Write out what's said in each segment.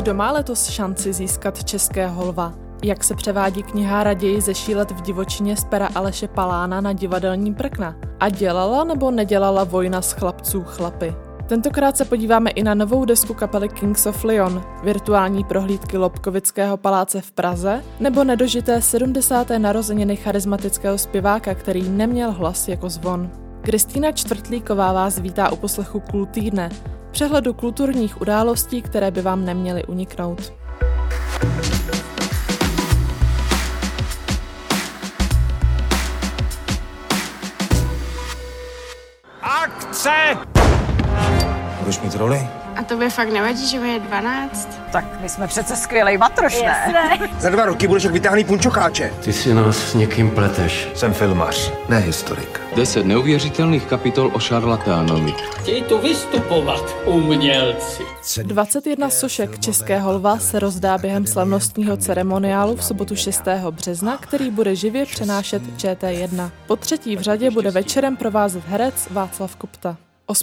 Kdo má letos šanci získat českého lva? Jak se převádí kniha Raději zešílet v divočině z pera Aleše Palána na divadelní prkna? A dělala nebo nedělala vojna z chlapců chlapy? Tentokrát se podíváme i na novou desku kapely Kings of Leon, virtuální prohlídky Lobkovického paláce v Praze nebo nedožité 70. narozeniny charismatického zpěváka, který neměl hlas jako zvon. Kristýna Čtvrtlíková vás vítá u poslechu Kultýdne, přehledu kulturních událostí, které by vám neměly uniknout. Akce! Budeš mít roli? A tobě fakt nevadí, že mi je 12? Tak my jsme přece skvělej matroš, ne? Za 2 roky budeš jak vytáhný punčocháče. Ty si nás s někým pleteš. Jsem filmař, ne historik. 10 neuvěřitelných kapitol o šarlatánovi. Chtějí tu vystupovat umělci. 21 sošek českého lva se rozdá během slavnostního ceremoniálu v sobotu 6. března, který bude živě přenášet ČT1. Po třetí v řadě bude večerem provázet herec Václav Kopta.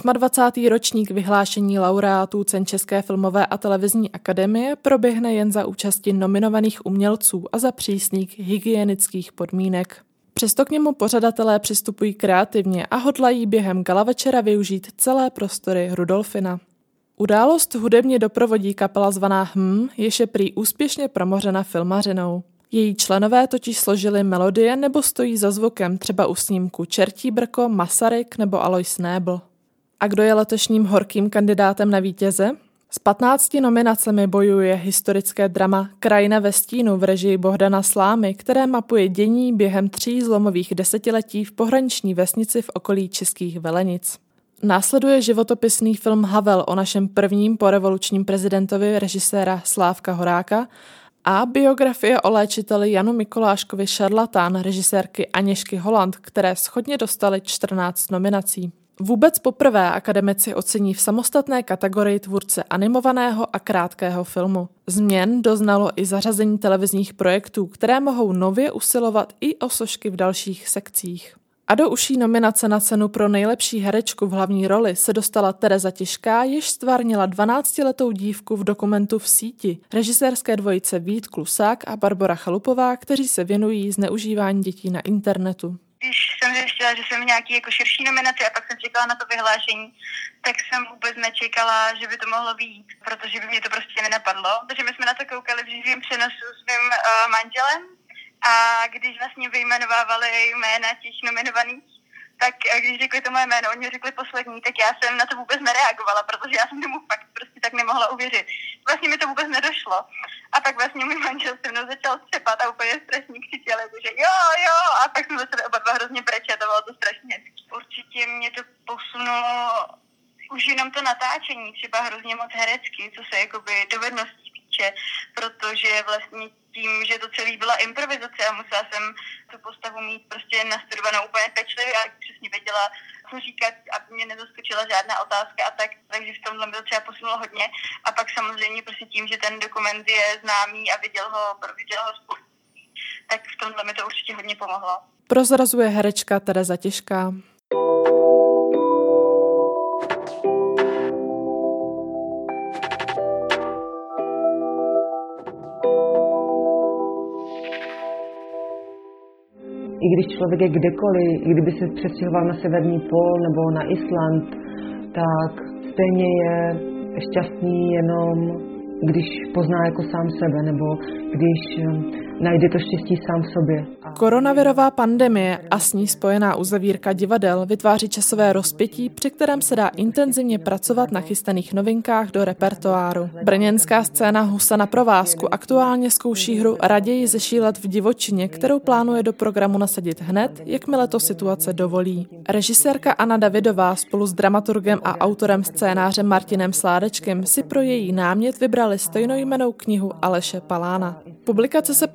28. ročník vyhlášení laureátů cen České filmové a televizní akademie proběhne jen za účasti nominovaných umělců a za přísných hygienických podmínek. Přesto k němu pořadatelé přistupují kreativně a hodlají během gala večera využít celé prostory Rudolfina. Událost hudebně doprovodí kapela zvaná jež je prý úspěšně promořena filmařinou. Její členové totiž složili melodie nebo stojí za zvukem třeba u snímku Čertí brko, Masaryk nebo Alois Nébl. A kdo je letošním horkým kandidátem na vítěze? S 15 nominacemi bojuje historické drama Krajina ve stínu v režii Bohdana Slámy, které mapuje dění během 3 zlomových desetiletí v pohraniční vesnici v okolí českých Velenic. Následuje životopisný film Havel o našem prvním porevolučním prezidentovi režiséra Slávka Horáka a biografie o léčiteli Janu Mikoláškovi Šarlatán režisérky Aněžky Holland, které shodně dostaly 14 nominací. Vůbec poprvé akademici ocení v samostatné kategorii tvůrce animovaného a krátkého filmu. Změn doznalo i zařazení televizních projektů, které mohou nově usilovat i o sošky v dalších sekcích. A do uší nominace na cenu pro nejlepší herečku v hlavní roli se dostala Tereza Tišká, jež stvárnila 12letou dívku v dokumentu V síti, režisérské dvojice Vít Klusák a Barbora Chalupová, kteří se věnují zneužívání dětí na internetu. Když jsem zjistila, že jsem nějaký jako širší nominaci a pak jsem čekala na to vyhlášení, tak jsem vůbec nečekala, že by to mohlo vyjít, protože by mě to prostě nenapadlo. Protože my jsme na to koukali v živém přenosu s mým manželem a když vlastně vyjmenovávali jména těch nominovaných, tak když řekli to moje jméno, oni řekli poslední, tak já jsem na to vůbec nereagovala, protože já jsem tomu fakt prostě tak nemohla uvěřit. Vlastně mi to vůbec nedošlo. A pak vlastně můj manžel se mnou začal třepat a úplně strašně křičel, že jo, a pak jsme začali oba dva hrozně brečet a bylo to strašně hezký. Určitě mě to posunulo už jenom to natáčení, třeba hrozně moc herecky, co se jakoby dovedností týče, protože vlastně tím, že to celý byla improvizace a musela jsem tu postavu mít prostě nastudovanou úplně pečlivě a přesně věděla, co říkat, aby mě nezaskočila žádná otázka a tak, takže v tomhle mi to třeba posunulo hodně. A pak samozřejmě prostě tím, že ten dokument je známý a viděl ho spoustu, tak v tomhle mi to určitě hodně pomohlo. Prozrazuje herečka Tereza Tišká. I když člověk je kdekoliv, i kdyby se přestěhoval na severní pól nebo na Island, tak stejně je šťastný jenom, když pozná jako sám sebe, nebo když najde to štěstí sám v sobě. Koronavirová pandemie a s ní spojená uzavírka divadel vytváří časové rozpětí, při kterém se dá intenzivně pracovat na chystaných novinkách do repertoáru. Brněnská scéna Husa na provázku aktuálně zkouší hru Raději zešílet v divočině, kterou plánuje do programu nasadit hned, jakmile to situace dovolí. Režisérka Anna Davidová spolu s dramaturgem a autorem scénáře Martinem Sládečkem si pro její námět vybrali stejnojmennou knihu Aleše Palána. Publikace se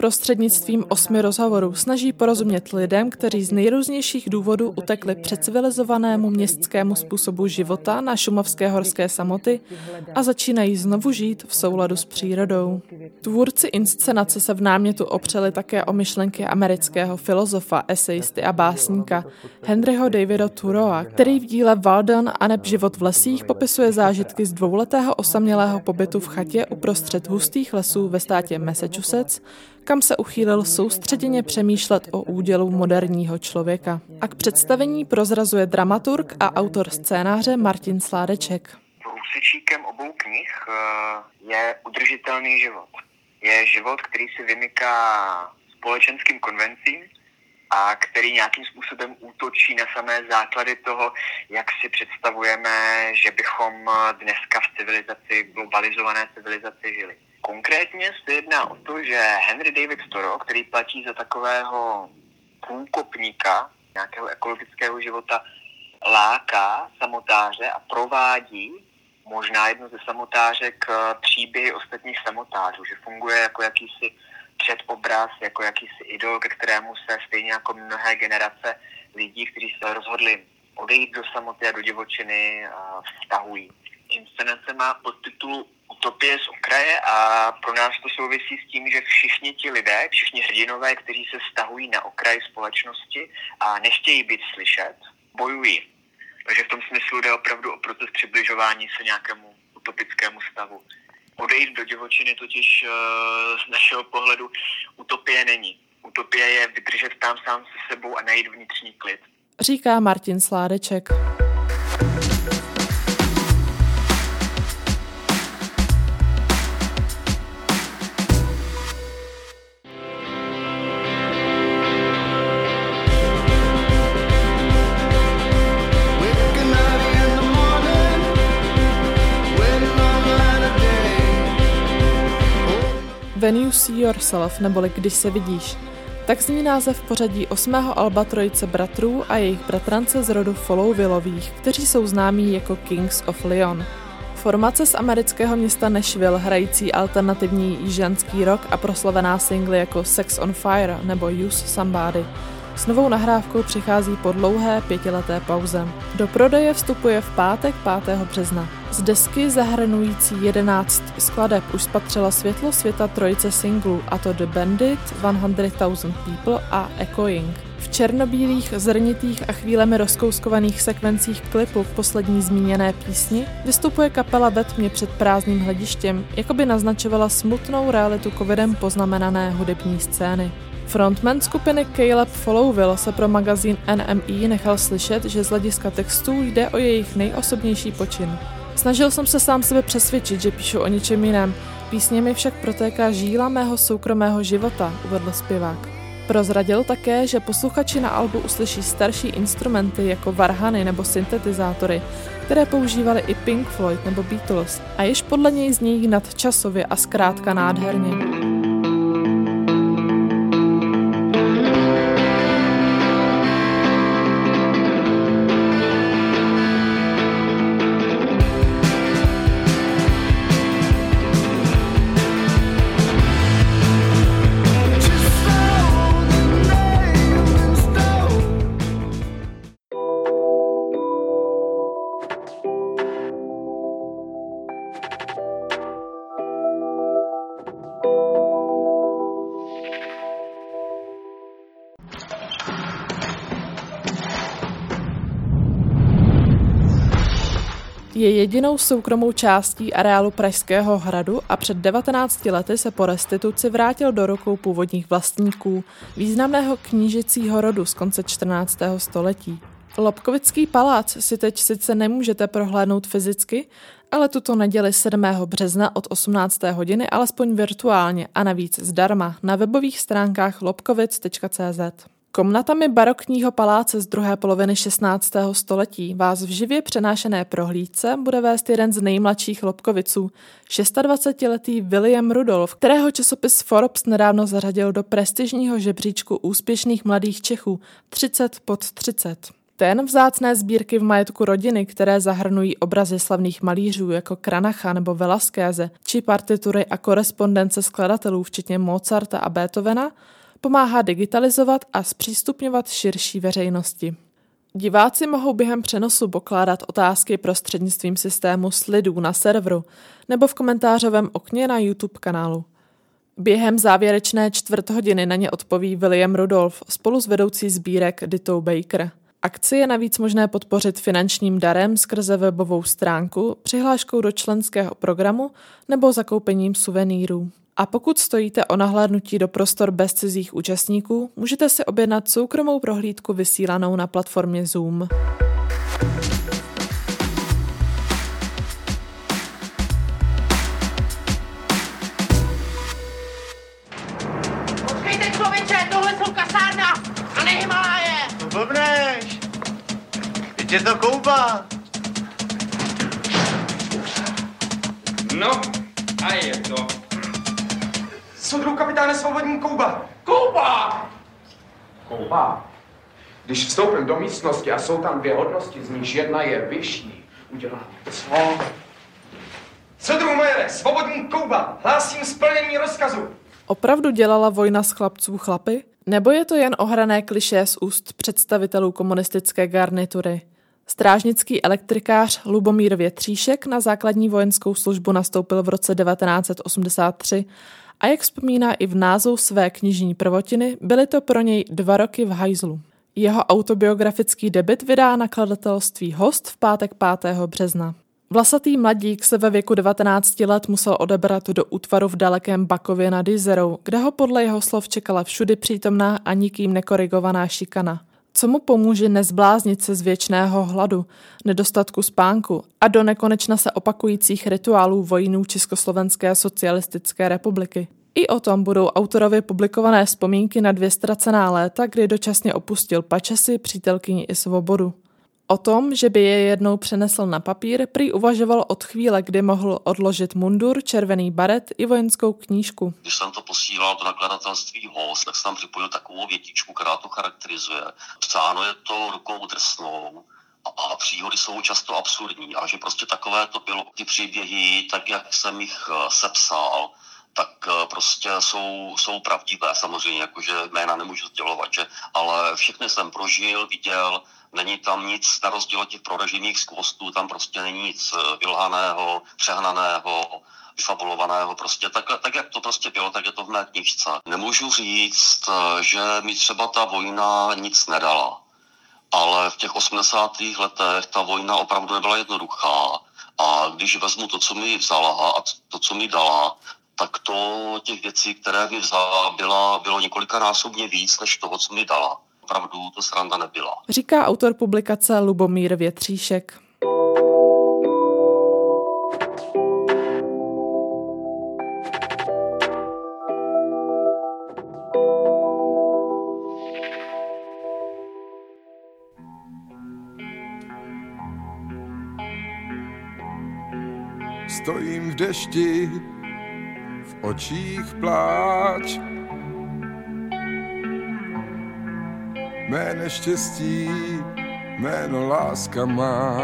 prostřednictvím 8 rozhovorů snaží porozumět lidem, kteří z nejrůznějších důvodů utekli předcivilizovanému městskému způsobu života na šumavské horské samoty a začínají znovu žít v souladu s přírodou. Tvůrci inscenace se v námětu opřeli také o myšlenky amerického filozofa, esejisty a básníka Henryho Davida Thoreaua, který v díle Walden aneb život v lesích popisuje zážitky z 2letého osamělého pobytu v chatě uprostřed hustých lesů ve státě Massachusetts, kam se uchýlil soustředěně přemýšlet o údělu moderního člověka. A k představení prozrazuje dramaturg a autor scénáře Martin Sládeček. Průsečíkem obou knih je udržitelný život. Je život, který se vymyká společenským konvencím a který nějakým způsobem útočí na samé základy toho, jak si představujeme, že bychom dneska v civilizaci, globalizované civilizaci žili. Konkrétně se jedná o to, že Henry David Thoreau, který platí za takového průkopníka nějakého ekologického života, láká samotáře a provádí možná jedno ze samotářek příběhy ostatních samotářů, že funguje jako jakýsi předobraz, jako jakýsi idol, ke kterému se stejně jako mnohé generace lidí, kteří se rozhodli odejít do samoty a do divočiny, vztahují. Inscenace má podtitul Utopie z okraje a pro nás to souvisí s tím, že všichni ti lidé, všichni hrdinové, kteří se vztahují na okraj společnosti a nechtějí být slyšet, bojují. Takže v tom smyslu jde opravdu o proces přibližování se nějakému utopickému stavu. Odejít do divočiny totiž z našeho pohledu utopie není. Utopie je vydržet tam sám se sebou a najít vnitřní klid. Říká Martin Sládeček. When You See Yourself, neboli Když se vidíš. Tak zní název pořadí 8. alba trojice bratrů a jejich bratrance z rodu Followvillových, kteří jsou známí jako Kings of Leon. Formace z amerického města Nashville, hrající alternativní jižanský rock a proslavená singly jako Sex on Fire nebo Use Somebody. S novou nahrávkou přichází po dlouhé 5leté pauze. Do prodeje vstupuje v pátek 5. března. Z desky zahrnující 11 skladeb už spatřila světlo světa trojice singlů, a to The Bandit, 100,000 People a Echoing. V černobílých, zrnitých a chvílemi rozkouskovaných sekvencích klipu k poslední zmíněné písni vystupuje kapela ve tmě před prázdným hledištěm, jako by naznačovala smutnou realitu covidem poznamenané hudební scény. Frontman skupiny Caleb Followville se pro magazín NME nechal slyšet, že z hlediska textů jde o jejich nejosobnější počin. Snažil jsem se sám sebe přesvědčit, že píšu o ničem jiném, písněmi však protéká žíla mého soukromého života, uvedl zpěvák. Prozradil také, že posluchači na albu uslyší starší instrumenty jako varhany nebo syntetizátory, které používali i Pink Floyd nebo Beatles a jež podle něj zní nadčasově a zkrátka nádherně. Je jedinou soukromou částí areálu Pražského hradu a před 19 lety se po restituci vrátil do rukou původních vlastníků, významného knížecího rodu z konce 14. století. Lobkovický palác si teď sice nemůžete prohlédnout fyzicky, ale tuto neděli 7. března od 18. hodiny alespoň virtuálně a navíc zdarma na webových stránkách lobkovic.cz. Komnatami barokního paláce z druhé poloviny 16. století vás v živě přenášené prohlídce bude vést jeden z nejmladších Lobkoviců, 26letý William Rudolph, kterého časopis Forbes nedávno zařadil do prestižního žebříčku úspěšných mladých Čechů 30 pod 30. Ten vzácné sbírky v majetku rodiny, které zahrnují obrazy slavných malířů jako Kranacha nebo Velasqueze, či partitury a korespondence skladatelů včetně Mozarta a Beethovena, pomáhá digitalizovat a zpřístupňovat širší veřejnosti. Diváci mohou během přenosu pokládat otázky prostřednictvím systému slidů na serveru nebo v komentářovém okně na YouTube kanálu. Během závěrečné čtvrthodiny na ně odpoví William Rudolph spolu s vedoucí sbírek Ditou Baker. Akci je navíc možné podpořit finančním darem skrze webovou stránku, přihláškou do členského programu nebo zakoupením suvenýrů. A pokud stojíte o nahlédnutí do prostor bez cizích účastníků, můžete si objednat soukromou prohlídku vysílanou na platformě Zoom. Počkejte, člověče, tohle jsou kasárna a ne Himaláje! To blbneš! Teď je to Kouba! No, a je to. Soudruh kapitáne Svobodní Kouba! Kouba! Kouba? Když vstoupím do místnosti a jsou tam dvě hodnosti, z nichž jedna je vyšší, udělám co? Soudruh majore, Svobodní Kouba! Hlásím splnění rozkazu! Opravdu dělala vojna z chlapců chlapy? Nebo je to jen ohrané klišé z úst představitelů komunistické garnitury? Strážnický elektrikář Lubomír Větříšek na základní vojenskou službu nastoupil v roce 1983 a jak vzpomíná i v názvu své knižní prvotiny, byly to pro něj 2 roky v hajzlu. Jeho autobiografický debut vydá nakladatelství Host v pátek 5. března. Vlasatý mladík se ve věku 19 let musel odebrat do útvaru v dalekém Bakově nad Jizerou, kde ho podle jeho slov čekala všudy přítomná a nikým nekorigovaná šikana. Co mu pomůže nezbláznit se z věčného hladu, nedostatku spánku a do nekonečna se opakujících rituálů vojnů Československé socialistické republiky. I o tom budou autorově publikované vzpomínky na 2 ztracená léta, kdy dočasně opustil pačesy, přítelkyni i svobodu. O tom, že by je jednou přenesl na papír, prý uvažoval od chvíle, kdy mohl odložit mundur, červený baret i vojenskou knížku. Když jsem to posílal do nakladatelství Host, tak jsem připojil takovou větičku, která to charakterizuje. Psáno je to rukou drsnou a příhody jsou často absurdní a že prostě takové to bylo. Ty příběhy, tak jak jsem jich sepsal, tak prostě jsou pravdivé. Samozřejmě, jakože jména nemůžu sdělovat, že, ale všechny jsem prožil, viděl. Není tam nic, na rozdíl od těch proražených skvostů, tam prostě není nic vylhaného, přehnaného, vyfabulovaného. Prostě tak, jak to prostě bylo, tak je to v mé knižce. Nemůžu říct, že mi třeba ta vojna nic nedala. Ale v těch 80. letech ta vojna opravdu nebyla jednoduchá. A když vezmu to, co mi vzala a to, co mi dala, tak to těch věcí, které mi vzala, bylo několikanásobně víc, než toho, co mi dala. Opravdu to sranda nebyla. Říká autor publikace Lubomír Větříšek. Stojím v dešti, v očích pláč. Mé neštěstí, jméno láska má.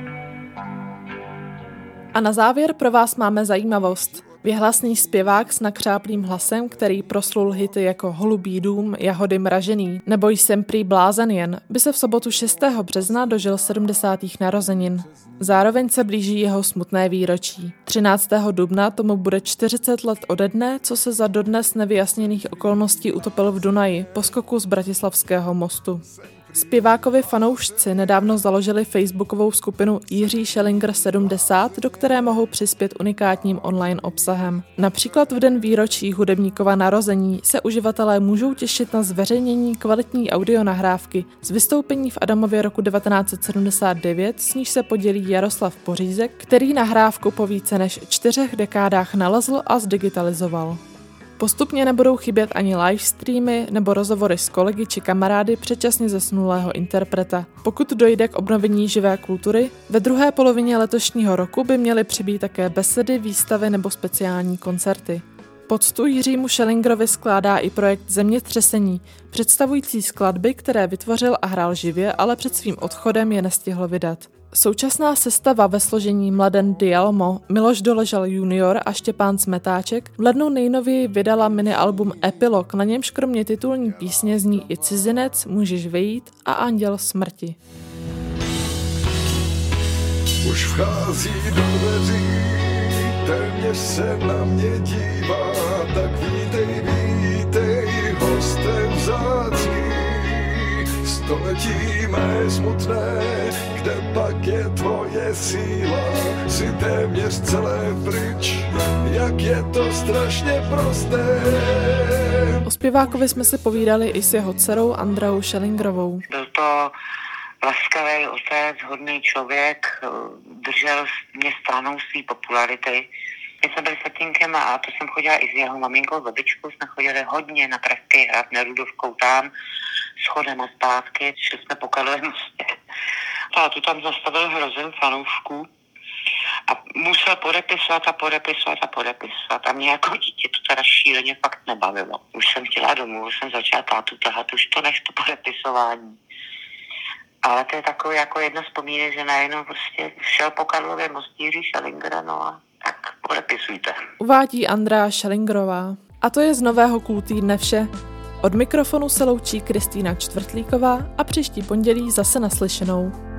A na závěr pro vás máme zajímavost. Věhlasný zpěvák s nakřáplým hlasem, který proslul hity jako Holubý dům, Jahody mražený nebo Jsem prý blázen jen, by se v sobotu 6. března dožil 70. narozenin. Zároveň se blíží jeho smutné výročí. 13. dubna tomu bude 40 let ode dne, co se za dodnes nevyjasněných okolností utopil v Dunaji po skoku z Bratislavského mostu. Zpěvákovi fanoušci nedávno založili facebookovou skupinu Jiří Schellinger 70, do které mohou přispět unikátním online obsahem. Například v den výročí hudebníkova narození se uživatelé můžou těšit na zveřejnění kvalitní audionahrávky z vystoupení v Adamově roku 1979, s níž se podělí Jaroslav Pořízek, který nahrávku po více než 4 dekádách nalezl a zdigitalizoval. Postupně nebudou chybět ani live streamy nebo rozhovory s kolegy či kamarády předčasně zesnulého interpreta. Pokud dojde k obnovení živé kultury, ve druhé polovině letošního roku by měly přibýt také besedy, výstavy nebo speciální koncerty. poctu Jiřímu Schellingerovi skládá i projekt Zemětřesení, představující skladby, které vytvořil a hrál živě, ale před svým odchodem je nestihl vydat. Současná sestava ve složení Mladen Dialmo, Miloš Doležal junior a Štěpán Smetáček v lednu nejnověji vydala minialbum Epilog, na němž kromě titulní písně zní i Cizinec, Můžeš vejít a Anděl smrti. Už vchází do dveří, téměř se na mě dívá, tak vítej, hostem vzácný. Století mé smutné, kde pak je tvoje síla, si téměř celé pryč, jak je to strašně prosté. O zpěvákovi jsme si povídali i s jeho dcerou Andreou Schellingerovou. Byl to laskavý otec, hodný člověk, držel mě stranou své popularity. My jsme byli s tatínkem a to jsem chodila i s jeho maminkou, s babičkou, jsme chodili hodně na Pražský hrad, Nerudovkou tam, schodem a zpátky, šli jsme po Karlově mostě. A tu tam zastavil hrozen fanoušků a musel podepisovat a mě jako dítě to teda šíleně fakt nebavilo. Už jsem chtěla domů, už jsem začala tátu tahat, už to nech to podepisování. Ale to je takové jako jedno vzpomínek, že najednou prostě šel po Karlově mostě Jiří Schellinger, no a tak podepisujte. Uvádí Andrea Schellingerová. A to je z nového Cool týdne vše. Od mikrofonu se loučí Kristýna Čtvrtlíková a příští pondělí zase naslyšenou.